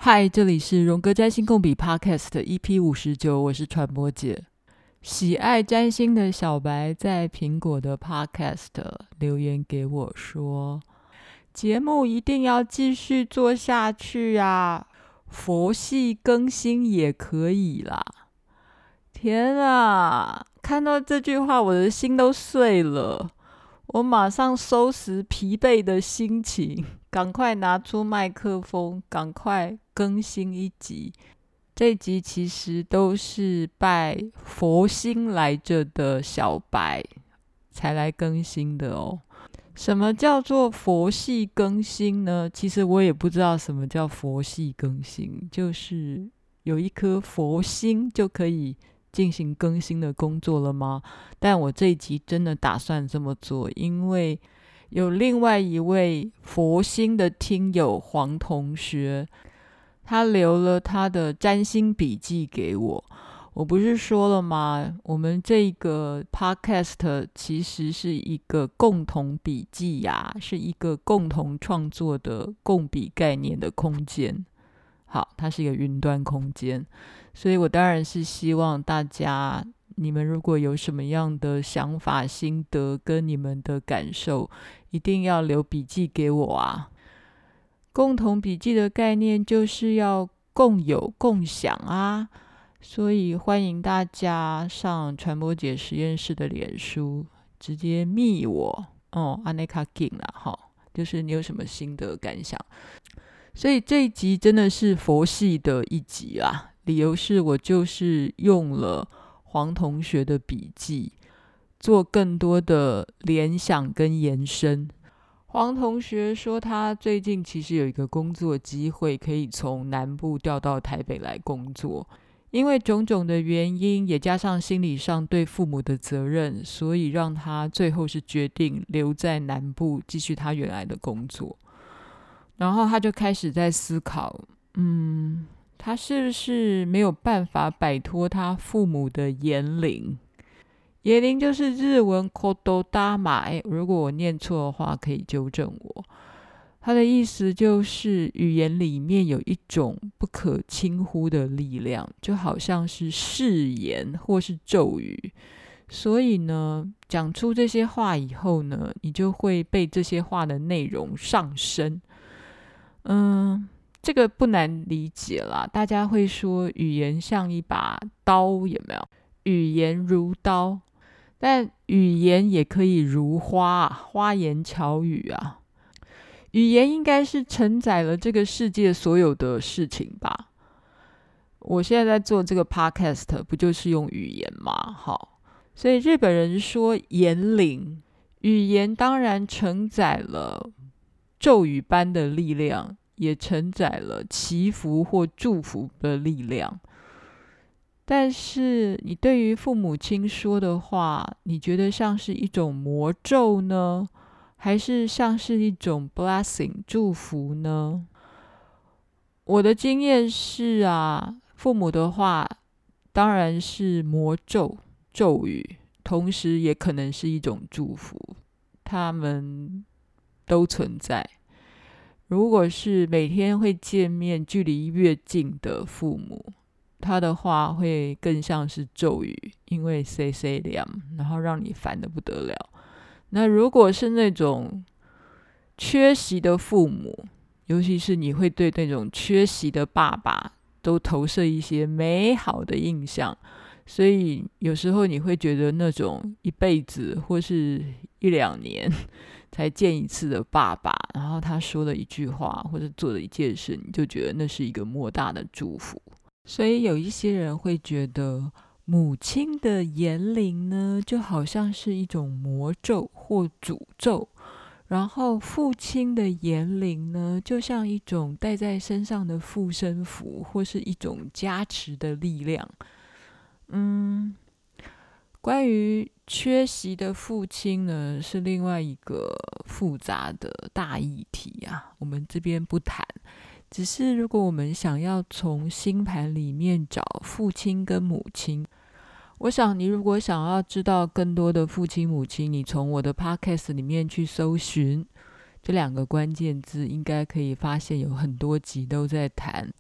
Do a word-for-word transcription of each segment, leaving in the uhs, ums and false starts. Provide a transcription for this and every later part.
嗨，这里是荣格占星共笔 Podcast E P 五十九，我是传播姐。喜爱占星的小白在苹果的 Podcast 留言给我说，节目一定要继续做下去啊，佛系更新也可以啦。天啊，看到这句话我的心都碎了，我马上收拾疲惫的心情，赶快拿出麦克风，赶快更新一集。这一集其实都是拜佛心来着的小白才来更新的哦。什么叫做佛系更新呢？其实我也不知道什么叫佛系更新，就是有一颗佛心就可以进行更新的工作了吗？但我这一集真的打算这么做，因为有另外一位佛心的听友黄同学，他留了他的占星笔记给我。我不是说了吗？我们这个 podcast 其实是一个共同笔记呀、啊，是一个共同创作的共笔概念的空间。好，它是一个云端空间，所以我当然是希望大家，你们如果有什么样的想法、心得跟你们的感受，一定要留笔记给我啊。共同笔记的概念就是要共有共享啊，所以欢迎大家上传播姐实验室的脸书直接密我哦，安内卡紧啦哈，就是你有什么心得感想。所以这一集真的是佛系的一集啊，理由是我就是用了黄同学的笔记做更多的联想跟延伸。黄同学说他最近其实有一个工作机会可以从南部调到台北来工作，因为种种的原因也加上心理上对父母的责任，所以让他最后是决定留在南部继续他原来的工作。然后他就开始在思考，嗯，他是不是没有办法摆脱他父母的言灵？言灵就是日文 kododama， 如果我念错的话可以纠正我。他的意思就是语言里面有一种不可轻忽的力量，就好像是誓言或是咒语。所以呢，讲出这些话以后呢，你就会被这些话的内容上身。嗯，这个不难理解啦。大家会说语言像一把刀，有没有？语言如刀，但语言也可以如花啊，花言巧语啊。语言应该是承载了这个世界所有的事情吧。我现在在做这个 podcast 不就是用语言吗？好，所以日本人说言灵，语言当然承载了咒语般的力量，也承载了祈福或祝福的力量。但是你对于父母亲说的话，你觉得像是一种魔咒呢，还是像是一种 blessing 祝福呢？我的经验是啊，父母的话当然是魔咒咒语，同时也可能是一种祝福，他们都存在。如果是每天会见面距离越近的父母，他的话会更像是咒语，因为 say say 凉，然后让你烦得不得了。那如果是那种缺席的父母，尤其是你会对那种缺席的爸爸都投射一些美好的印象，所以有时候你会觉得那种一辈子或是一两年才见一次的爸爸，然后他说了一句话或者做了一件事，你就觉得那是一个莫大的祝福。所以有一些人会觉得母亲的言灵呢，就好像是一种魔咒或诅咒，然后父亲的言灵呢，就像一种带在身上的护身符，或是一种加持的力量。嗯，关于缺席的父亲呢，是另外一个复杂的大议题啊，我们这边不谈。只是如果我们想要从星盘里面找父亲跟母亲，我想你如果想要知道更多的父亲母亲，你从我的 podcast 里面去搜寻这两个关键字，应该可以发现有很多集都在谈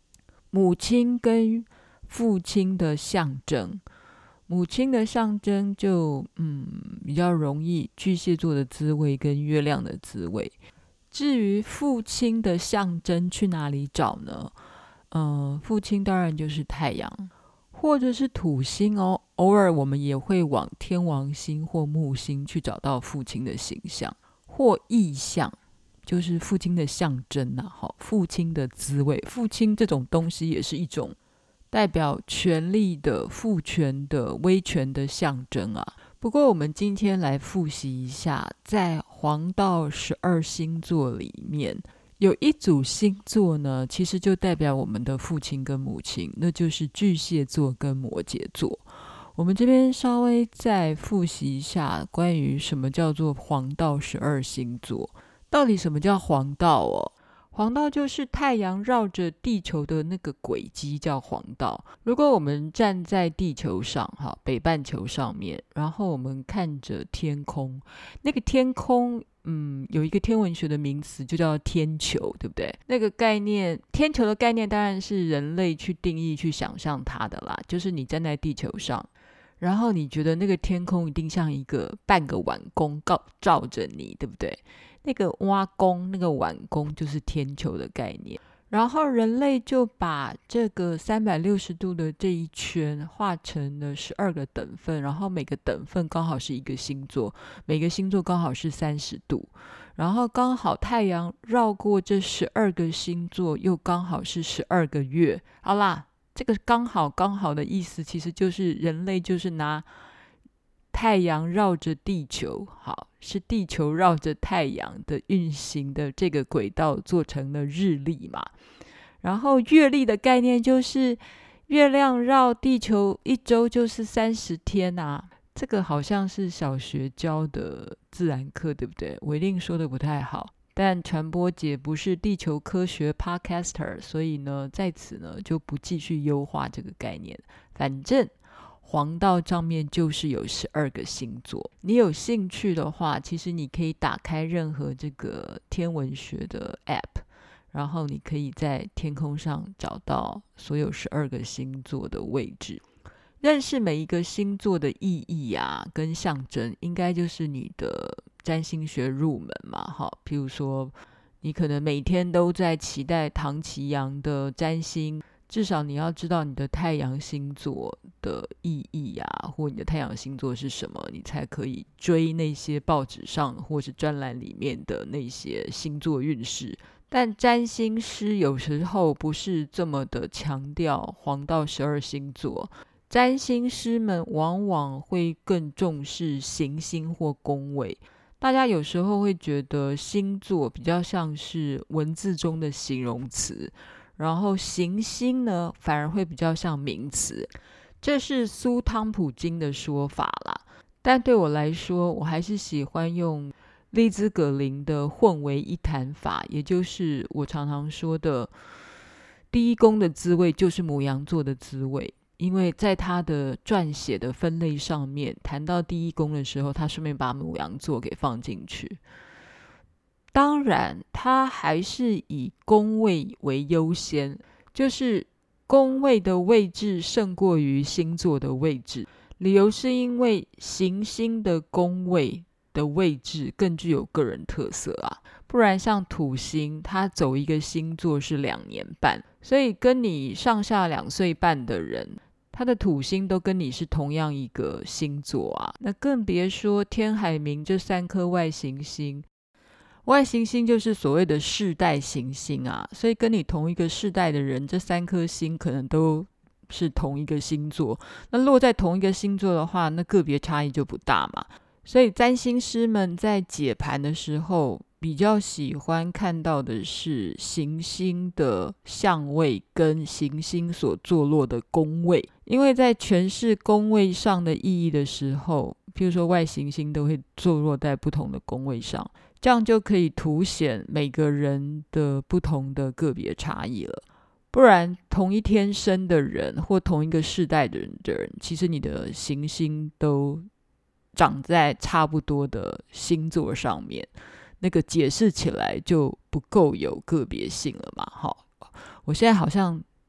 母亲跟父亲的象征。母亲的象征就嗯比较容易巨蟹座的滋味跟月亮的滋味。至于父亲的象征去哪里找呢？呃，父亲当然就是太阳或者是土星哦，偶尔我们也会往天王星或木星去找到父亲的形象或意象，就是父亲的象征啊，父亲的滋味。父亲这种东西也是一种代表权力的、父权的、威权的象征啊。不过我们今天来复习一下，在黄道十二星座里面有一组星座呢，其实就代表我们的父亲跟母亲，那就是巨蟹座跟摩羯座。我们这边稍微再复习一下关于什么叫做黄道十二星座。到底什么叫黄道哦？黄道就是太阳绕着地球的那个轨迹叫黄道。如果我们站在地球上哈，北半球上面，然后我们看着天空，那个天空嗯，有一个天文学的名词就叫天球，对不对？那个概念，天球的概念当然是人类去定义去想象它的啦，就是你站在地球上，然后你觉得那个天空一定像一个半个碗公照着你，对不对？那个挖宫那个碗宫就是天球的概念。然后人类就把这个三百六十度的这一圈画成了十二个等份，然后每个等份刚好是一个星座，每个星座刚好是三十度，然后刚好太阳绕过这十二个星座又刚好是十二个月。好啦，这个刚好刚好的意思其实就是人类就是拿太阳绕着地球，好，是地球绕着太阳的运行的这个轨道做成了日历嘛。然后月历的概念就是月亮绕地球一周就是三十天啊。这个好像是小学教的自然课，对不对？我一定说的不太好，但传播姐不是地球科学 podcaster， 所以呢在此呢就不继续优化这个概念。反正黄道上面就是有十二个星座，你有兴趣的话，其实你可以打开任何这个天文学的 app， 然后你可以在天空上找到所有十二个星座的位置。认识每一个星座的意义啊跟象征，应该就是你的占星学入门嘛，哈。譬如说你可能每天都在期待唐綺阳的占星，至少你要知道你的太阳星座的意义啊，或你的太阳星座是什么，你才可以追那些报纸上或是专栏里面的那些星座运势。但占星师有时候不是这么的强调黄道十二星座，占星师们往往会更重视行星或宫位。大家有时候会觉得星座比较像是文字中的形容词，然后行星呢反而会比较像名词，这是苏汤普金的说法啦。但对我来说，我还是喜欢用利兹葛林的混为一谈法，也就是我常常说的第一宫的滋味就是牡羊座的滋味。因为在他的撰写的分类上面谈到第一宫的时候，他顺便把牡羊座给放进去。当然他还是以宫位为优先，就是宫位的位置胜过于星座的位置。理由是因为行星的宫位的位置更具有个人特色啊，不然像土星它走一个星座是两年半，所以跟你上下两岁半的人，他的土星都跟你是同样一个星座啊，那更别说天海冥这三颗外行星。外行星就是所谓的世代行星啊，所以跟你同一个世代的人，这三颗星可能都是同一个星座。那落在同一个星座的话，那个别差异就不大嘛。所以占星师们在解盘的时候，比较喜欢看到的是行星的相位跟行星所坐落的宫位，因为在诠释宫位上的意义的时候，譬如说外行星都会坐落在不同的宫位上，这样就可以凸显每个人的不同的个别差异了。不然同一天生的人或同一个世代的 人, 的人其实你的行星都长在差不多的星座上面，那个解释起来就不够有个别性了嘛。好，我现在好像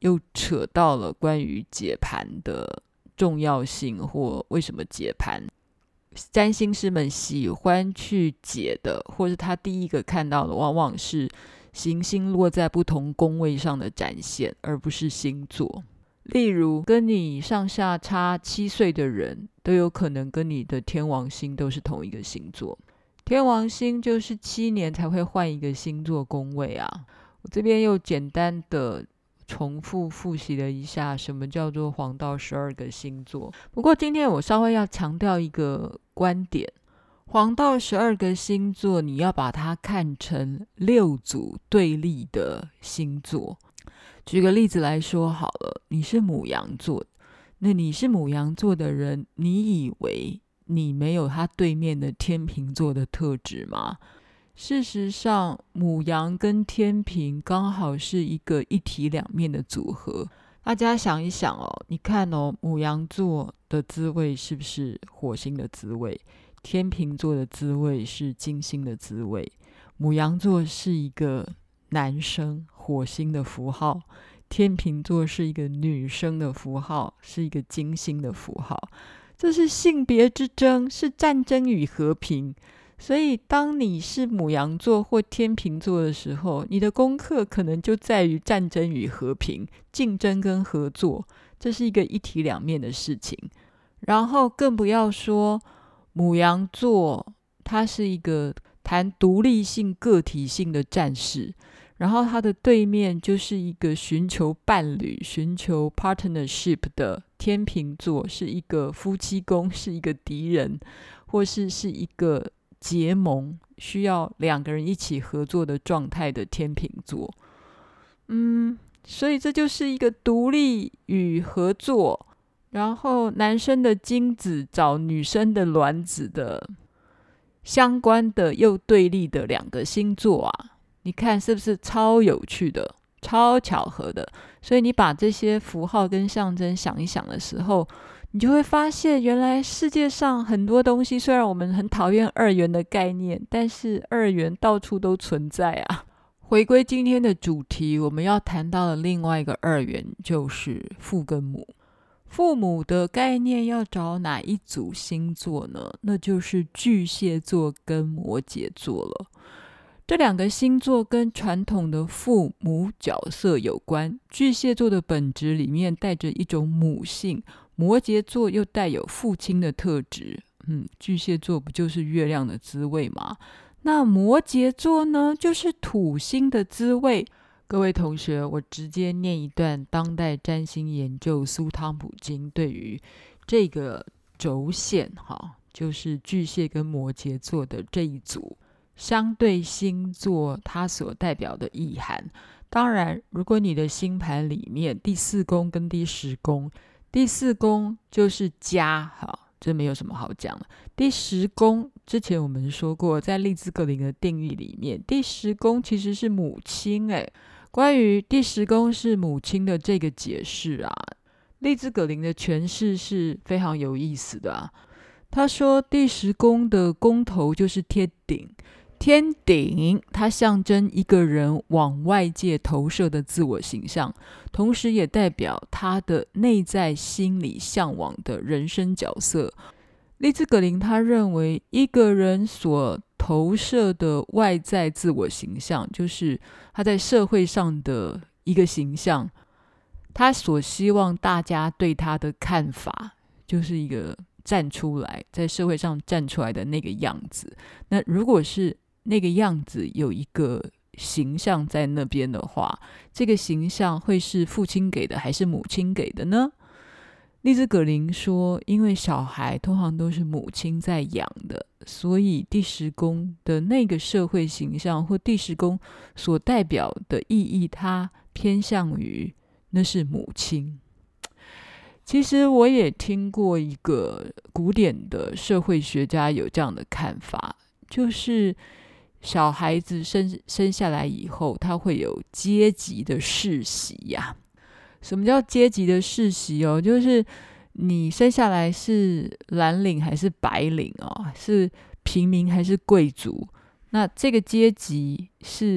又扯到了关于解盘的重要性，或为什么解盘占星师们喜欢去解的，或是他第一个看到的往往是行星落在不同宫位上的展现，而不是星座。例如跟你上下差七岁的人都有可能跟你的天王星都是同一个星座，天王星就是七年才会换一个星座宫位啊。我这边又简单的重复复习了一下什么叫做黄道十二个星座。不过今天我稍微要强调一个观点，黄道十二个星座你要把它看成六组对立的星座。举个例子来说好了，你是牡羊座，那你是牡羊座的人，你以为你没有他对面的天秤座的特质吗？事实上，牡羊跟天秤刚好是一个一体两面的组合。大家想一想哦，你看哦，牡羊座的滋味是不是火星的滋味？天秤座的滋味是金星的滋味。牡羊座是一个男生，火星的符号；天秤座是一个女生的符号，是一个金星的符号。这是性别之争，是战争与和平。所以当你是牡羊座或天秤座的时候，你的功课可能就在于战争与和平，竞争跟合作，这是一个一体两面的事情。然后更不要说牡羊座，它是一个谈独立性个体性的战士，然后他的对面就是一个寻求伴侣寻求 partnership 的天秤座，是一个夫妻宫，是一个敌人，或是是一个结盟需要两个人一起合作的状态的天秤座。嗯，所以这就是一个独立与合作，然后男生的精子找女生的卵子的相关的又对立的两个星座啊，你看是不是超有趣的，超巧合的？所以你把这些符号跟象征想一想的时候，你就会发现原来世界上很多东西，虽然我们很讨厌二元的概念，但是二元到处都存在啊。回归今天的主题，我们要谈到的另外一个二元就是父跟母。父母的概念要找哪一组星座呢？那就是巨蟹座跟摩羯座了。这两个星座跟传统的父母角色有关，巨蟹座的本质里面带着一种母性，摩羯座又带有父亲的特质。嗯，巨蟹座不就是月亮的滋味吗？那摩羯座呢，就是土星的滋味。各位同学，我直接念一段当代占星研究苏汤普金对于这个轴线，就是巨蟹跟摩羯座的这一组相对星座它所代表的意涵。当然，如果你的星盘里面第四宫跟第十宫，第四宫就是家，这没有什么好讲的。第十宫之前我们说过，在利兹格林的定义里面，第十宫其实是母亲。诶关于第十宫是母亲的这个解释啊，利兹格林的诠释是非常有意思的啊。他说第十宫的宫头就是天顶，天顶它象征一个人往外界投射的自我形象，同时也代表他的内在心理向往的人生角色。利兹格林他认为一个人所投射的外在自我形象，就是他在社会上的一个形象，他所希望大家对他的看法，就是一个站出来，在社会上站出来的那个样子。那如果是那个样子有一个形象在那边的话，这个形象会是父亲给的还是母亲给的呢？利兹格林说，因为小孩通常都是母亲在养的，所以第十宫的那个社会形象或第十宫所代表的意义，它偏向于那是母亲。其实我也听过一个古典的社会学家有这样的看法，就是小孩子 生, 生下来以后，他会有阶级的世袭呀、啊。什么叫阶级的世袭哦？就是你生下来是蓝领还是白领哦，是平民还是贵族，那这个阶级是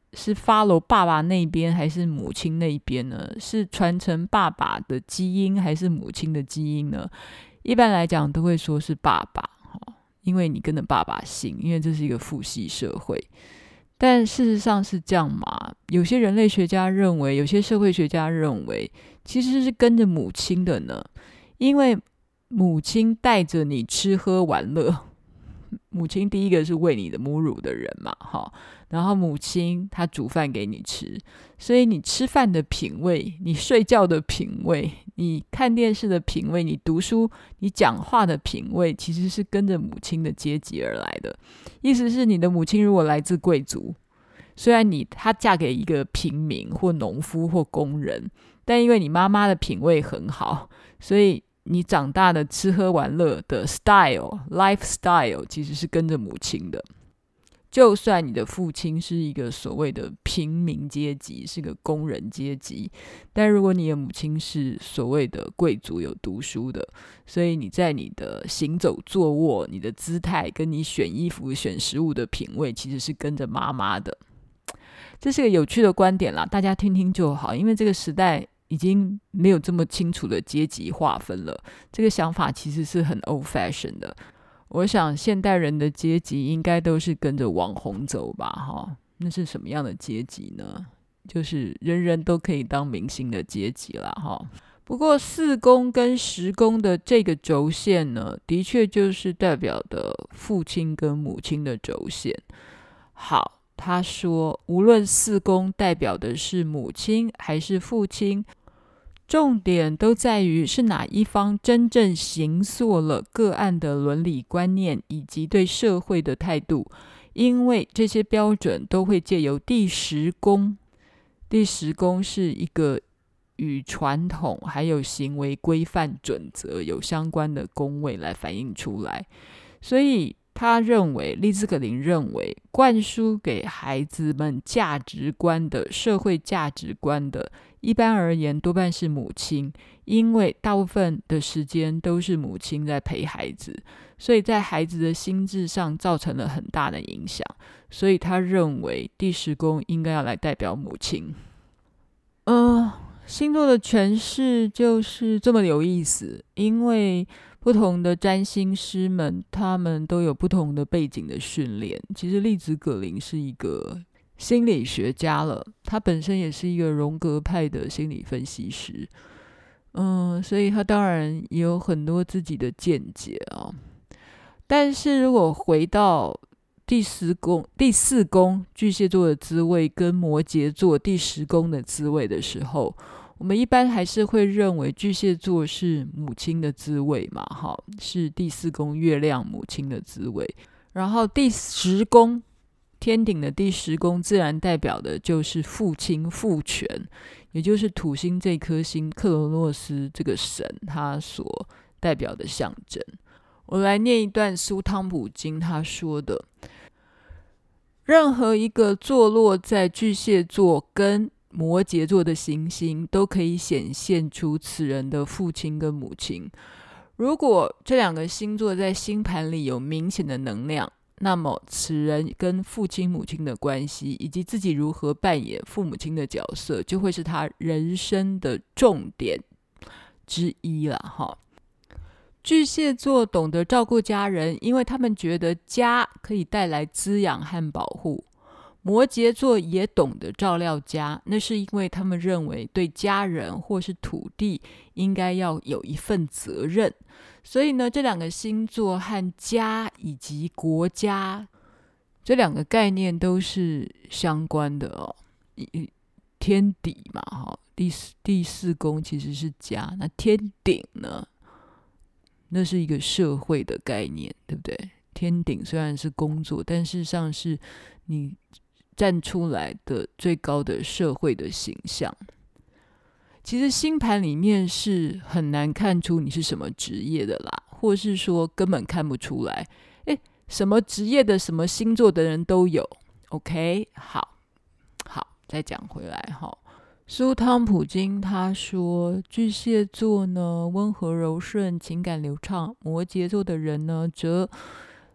是 follow 爸爸那边还是母亲那边呢？是传承爸爸的基因还是母亲的基因呢？一般来讲都会说是爸爸，因为你跟着爸爸姓，因为这是一个父系社会。但事实上是这样吗？有些人类学家认为，有些社会学家认为，其实是跟着母亲的呢。因为母亲带着你吃喝玩乐，母亲第一个是喂你的母乳的人嘛，然后母亲她煮饭给你吃，所以你吃饭的品味，你睡觉的品味，你看电视的品味，你读书你讲话的品味，其实是跟着母亲的阶级而来的。意思是你的母亲如果来自贵族，虽然你她嫁给一个平民或农夫或工人，但因为你妈妈的品味很好，所以你长大的吃喝玩乐的 style lifestyle 其实是跟着母亲的。就算你的父亲是一个所谓的平民阶级，是个工人阶级，但如果你的母亲是所谓的贵族，有读书的，所以你在你的行走坐卧，你的姿态跟你选衣服选食物的品味其实是跟着妈妈的。这是个有趣的观点啦，大家听听就好，因为这个时代已经没有这么清楚的阶级划分了，这个想法其实是很 old fashion 的。我想现代人的阶级应该都是跟着网红走吧，那是什么样的阶级呢？就是人人都可以当明星的阶级啦。不过四宫跟十宫的这个轴线呢，的确就是代表的父亲跟母亲的轴线。好，他说无论四宫代表的是母亲还是父亲，重点都在于是哪一方真正形塑了个案的伦理观念以及对社会的态度，因为这些标准都会借由第十宫，第十宫是一个与传统还有行为规范准则有相关的宫位来反映出来。所以他认为，利兹格林认为，灌输给孩子们价值观的社会价值观的，一般而言多半是母亲，因为大部分的时间都是母亲在陪孩子，所以在孩子的心智上造成了很大的影响。所以他认为第十宫应该要来代表母亲。呃，星座的诠释就是这么有意思，因为不同的占星师们，他们都有不同的背景的训练。其实利兹葛林是一个心理学家了，他本身也是一个荣格派的心理分析师，嗯，所以他当然也有很多自己的见解啊。但是如果回到第十宫、第四宫巨蟹座的滋味跟摩羯座第十宫的滋味的时候，我们一般还是会认为巨蟹座是母亲的滋味嘛，是第四宫月亮母亲的滋味。然后第十宫天顶的第十宫自然代表的就是父亲父权，也就是土星这颗星克罗诺斯这个神他所代表的象征。我来念一段苏汤普金他说的：任何一个坐落在巨蟹座跟摩羯座的行星都可以显现出此人的父亲跟母亲。如果这两个星座在星盘里有明显的能量，那么此人跟父亲母亲的关系以及自己如何扮演父母亲的角色，就会是他人生的重点之一啦。巨蟹座懂得照顾家人，因为他们觉得家可以带来滋养和保护。摩羯座也懂得照料家，那是因为他们认为对家人或是土地应该要有一份责任。所以呢，这两个星座和家以及国家这两个概念都是相关的哦。天底嘛，第四第四宫其实是家，那天顶呢，那是一个社会的概念，对不对？天顶虽然是工作，但事实上是你站出来的最高的社会的形象。其实星盘里面是很难看出你是什么职业的啦，或是说根本看不出来，诶，什么职业的什么星座的人都有。 OK， 好好再讲回来哈。苏汤普金他说，巨蟹座呢温和柔顺，情感流畅；摩羯座的人呢则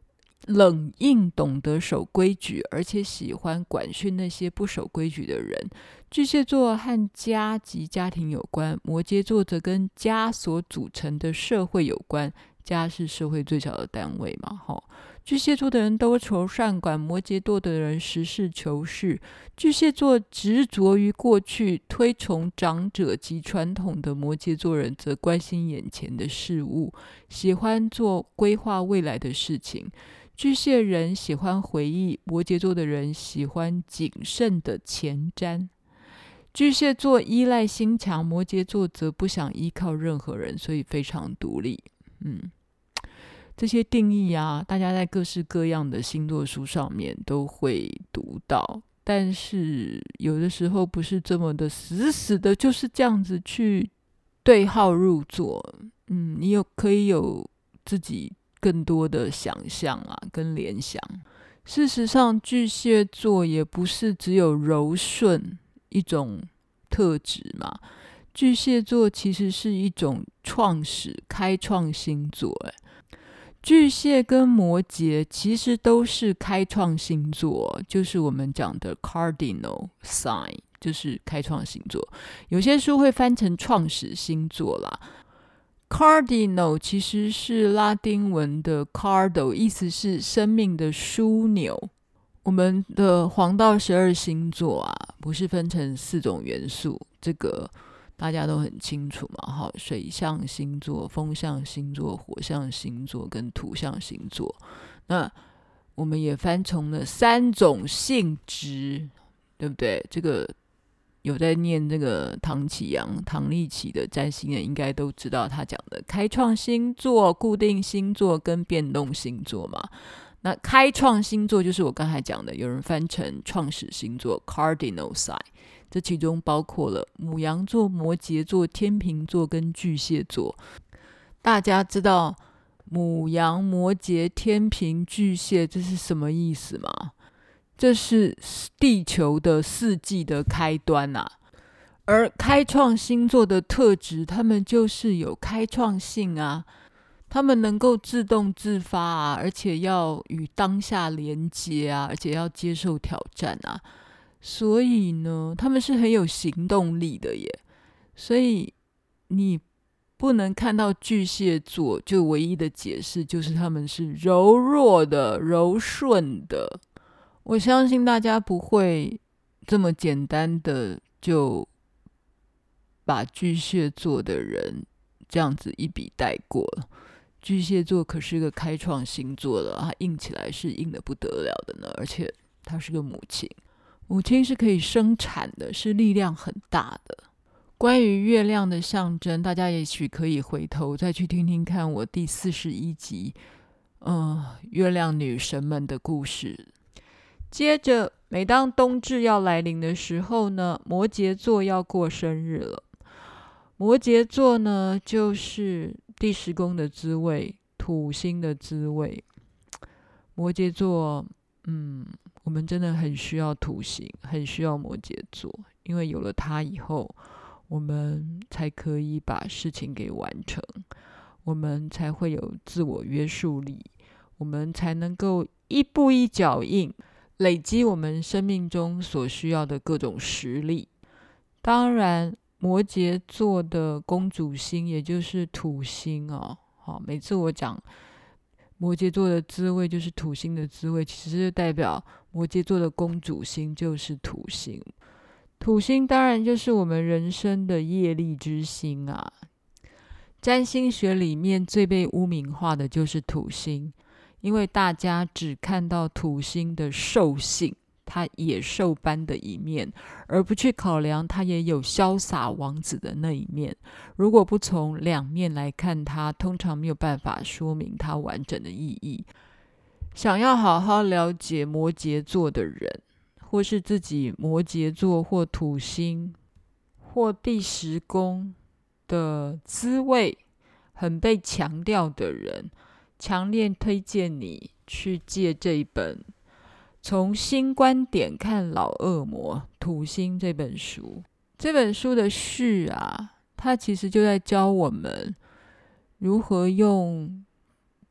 冷硬懂得守规矩，而且喜欢管训那些不守规矩的人。巨蟹座和家及家庭有关，摩羯座则跟家所组成的社会有关，家是社会最小的单位嘛。齁，巨蟹座的人多愁善感，摩羯座的人实事求是。巨蟹座执着于过去，推崇长者及传统的摩羯座人则关心眼前的事物，喜欢做规划未来的事情。巨蟹人喜欢回忆，摩羯座的人喜欢谨慎的前瞻。巨蟹座依赖心强，摩羯座则不想依靠任何人，所以非常独立。嗯，这些定义啊，大家在各式各样的星座书上面都会读到，但是有的时候不是这么的死死的就是这样子去对号入座。嗯，你有可以有自己更多的想象啊，跟联想。事实上，巨蟹座也不是只有柔顺一种特质嘛。巨蟹座其实是一种创始、开创星座。巨蟹跟摩羯其实都是开创星座，就是我们讲的 cardinal sign， 就是开创星座。有些书会翻成创始星座啦。Cardinal 其实是拉丁文的 cardo， 意思是生命的枢纽。我们的黄道十二星座啊，不是分成四种元素，这个大家都很清楚嘛。水象星座、风象星座、火象星座跟土象星座。那我们也翻成了三种性质，对不对？这个有在念这个唐启阳、唐立淇的占星人应该都知道他讲的开创星座、固定星座跟变动星座嘛。那开创星座就是我刚才讲的，有人翻成创始星座 cardinal sign， 这其中包括了牡羊座、摩羯座、天秤座跟巨蟹座。大家知道牡羊、摩羯、天秤、巨蟹这是什么意思吗？这是地球的四季的开端啊。而开创星座的特质，他们就是有开创性啊，他们能够自动自发啊，而且要与当下连接啊，而且要接受挑战啊，所以呢，他们是很有行动力的耶。所以你不能看到巨蟹座就唯一的解释就是他们是柔弱的、柔顺的。我相信大家不会这么简单的就把巨蟹座的人这样子一笔带过了。巨蟹座可是个开创星座了，它硬起来是硬得不得了的呢，而且它是个母亲，母亲是可以生产的，是力量很大的。关于月亮的象征，大家也许可以回头再去听听看我第四十一集呃，月亮女神们的故事。接着每当冬至要来临的时候呢，摩羯座要过生日了。摩羯座呢，就是第十宫的滋味，土星的滋味。摩羯座，嗯，我们真的很需要土星，很需要摩羯座，因为有了它以后，我们才可以把事情给完成，我们才会有自我约束力，我们才能够一步一脚印累积我们生命中所需要的各种实力。当然摩羯座的公主星也就是土星哦，好，每次我讲摩羯座的滋味就是土星的滋味，其实就代表摩羯座的公主星就是土星。土星当然就是我们人生的业力之星啊。占星学里面最被污名化的就是土星，因为大家只看到土星的兽性，他野兽般的一面，而不去考量他也有潇洒王子的那一面。如果不从两面来看他，通常没有办法说明他完整的意义。想要好好了解摩羯座的人，或是自己摩羯座或土星或第十宫的滋味很被强调的人，强烈推荐你去借这一本从新观点看老恶魔土星这本书。这本书的序啊，它其实就在教我们如何用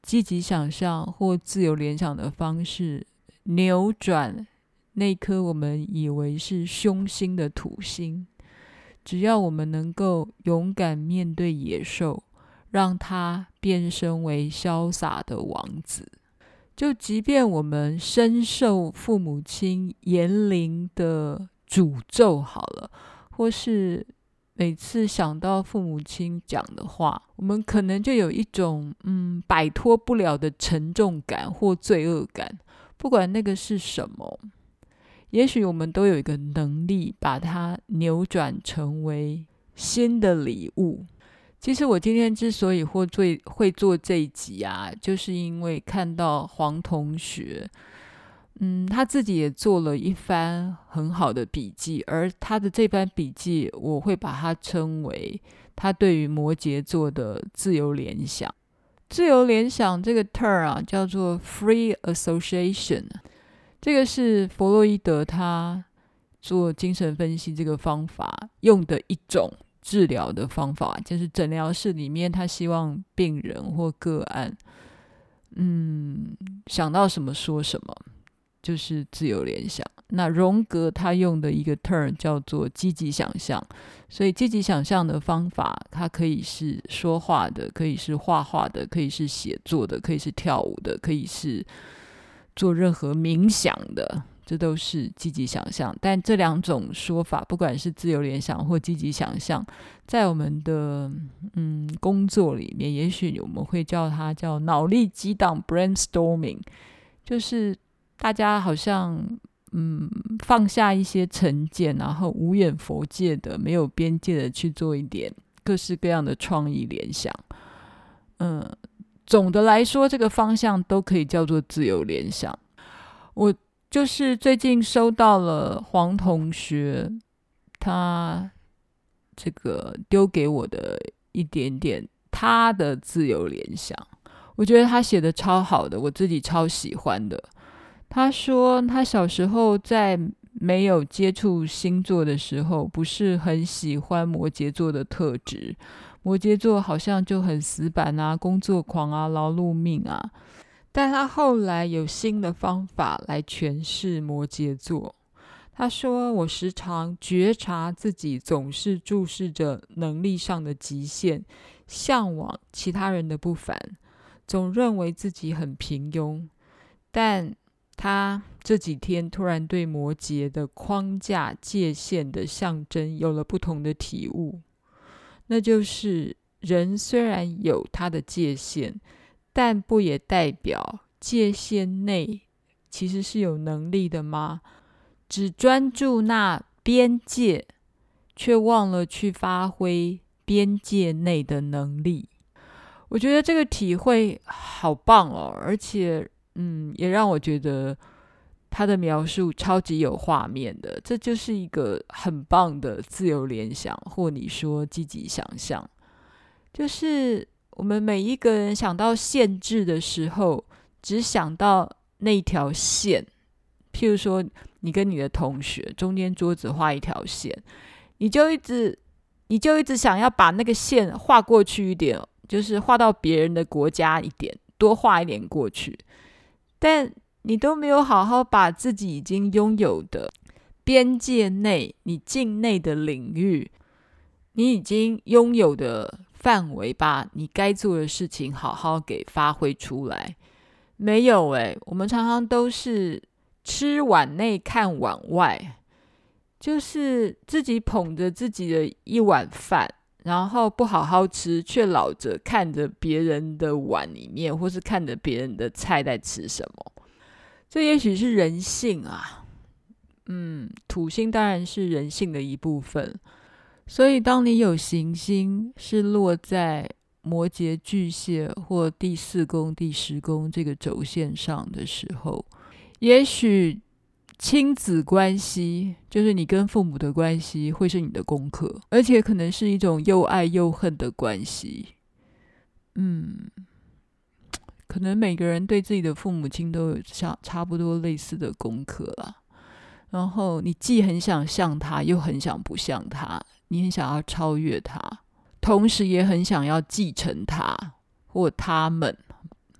积极想象或自由联想的方式，扭转那颗我们以为是凶星的土星。只要我们能够勇敢面对野兽，让它变身为潇洒的王子，就即便我们深受父母亲言灵的诅咒好了，或是每次想到父母亲讲的话，我们可能就有一种嗯摆脱不了的沉重感或罪恶感，不管那个是什么，也许我们都有一个能力把它扭转成为新的礼物。其实我今天之所以会做会做这一集啊，就是因为看到黄同学嗯，他自己也做了一番很好的笔记，而他的这番笔记我会把它称为他对于摩羯座的自由联想。自由联想这个 term 啊，叫做 free association， 这个是弗洛伊德他做精神分析这个方法用的一种治疗的方法，就是诊疗室里面他希望病人或个案嗯，想到什么说什么，就是自由联想。那荣格他用的一个 term 叫做积极想象，所以积极想象的方法它可以是说话的，可以是画画的，可以是写作的，可以是跳舞的，可以是做任何冥想的，这都是积极想象。但这两种说法，不管是自由联想或积极想象，在我们的嗯工作里面，也许我们会叫它叫脑力激荡 brainstorming， 就是大家好像嗯放下一些成见，然后无远弗届的、没有边界的去做一点各式各样的创意联想。嗯，总的来说，这个方向都可以叫做自由联想。我就是最近收到了黄同学他这个丢给我的一点点他的自由联想，我觉得他写的超好的，我自己超喜欢的。他说他小时候在没有接触星座的时候，不是很喜欢摩羯座的特质，摩羯座好像就很死板啊，工作狂啊，劳碌命啊。但他后来有新的方法来诠释摩羯座。他说，我时常觉察自己总是注视着能力上的极限，向往其他人的不凡，总认为自己很平庸。但他这几天突然对摩羯的框架界限的象征有了不同的体悟，那就是人虽然有他的界限，但不也代表界限内其实是有能力的吗？只专注那边界，却忘了去发挥边界内的能力。我觉得这个体会好棒哦，而且嗯，也让我觉得他的描述超级有画面的。这就是一个很棒的自由联想，或你说积极想象。就是我们每一个人想到限制的时候，只想到那条线。譬如说你跟你的同学中间桌子画一条线，你就一直你就一直想要把那个线画过去一点，就是画到别人的国家一点，多画一点过去，但你都没有好好把自己已经拥有的边界内，你境内的领域，你已经拥有的范围，把你该做的事情好好给发挥出来。没有耶，我们常常都是吃碗内看碗外，就是自己捧着自己的一碗饭，然后不好好吃，却老着看着别人的碗里面，或是看着别人的菜在吃什么。这也许是人性啊，嗯，土星当然是人性的一部分。所以当你有行星是落在摩羯、巨蟹或第四宫、第十宫这个轴线上的时候，也许亲子关系，就是你跟父母的关系，会是你的功课，而且可能是一种又爱又恨的关系。嗯，可能每个人对自己的父母亲都有差不多类似的功课啦。然后你既很想像他，又很想不像他，你很想要超越他，同时也很想要继承他或他们。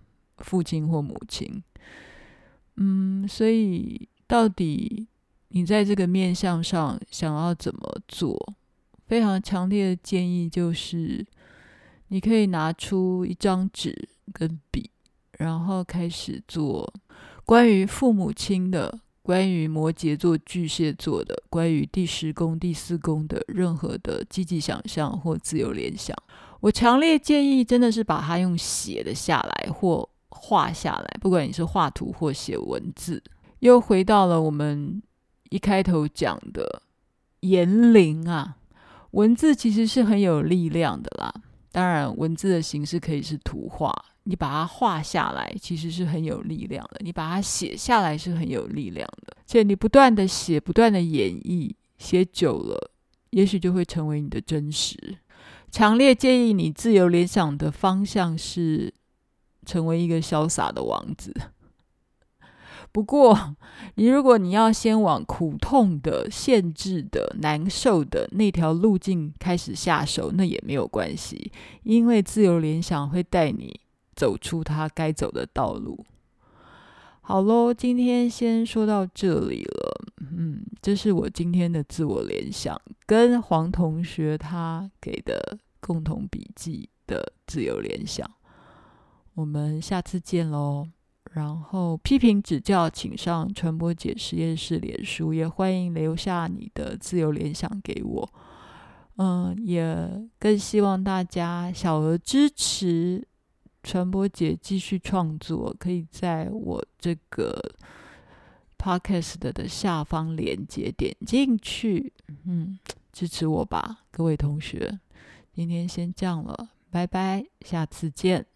父亲或母亲。嗯，所以到底你在这个面向上想要怎么做？非常强烈的建议就是，你可以拿出一张纸跟笔，然后开始做关于父母亲的、关于摩羯座、巨蟹座的、关于第十宫、第四宫的任何的积极想象或自由联想。我强烈建议真的是把它用写的下来或画下来，不管你是画图或写文字。又回到了我们一开头讲的言灵啊，文字其实是很有力量的啦。当然文字的形式可以是图画，你把它画下来其实是很有力量的，你把它写下来是很有力量的，而且你不断的写，不断的演绎，写久了也许就会成为你的真实。强烈建议你自由联想的方向是成为一个潇洒的王子。不过你如果你要先往苦痛的、限制的、难受的那条路径开始下手，那也没有关系，因为自由联想会带你走出它该走的道路。好咯，今天先说到这里了。嗯，这是我今天的自我联想，跟黄同学他给的共同笔记的自由联想。我们下次见咯。然后批评指教请上传播姐实验室脸书，也欢迎留下你的自由联想给我。嗯，也更希望大家小额支持传播姐继续创作，可以在我这个 podcast 的下方连结点进去，嗯，支持我吧，各位同学。今天先这样了，拜拜，下次见。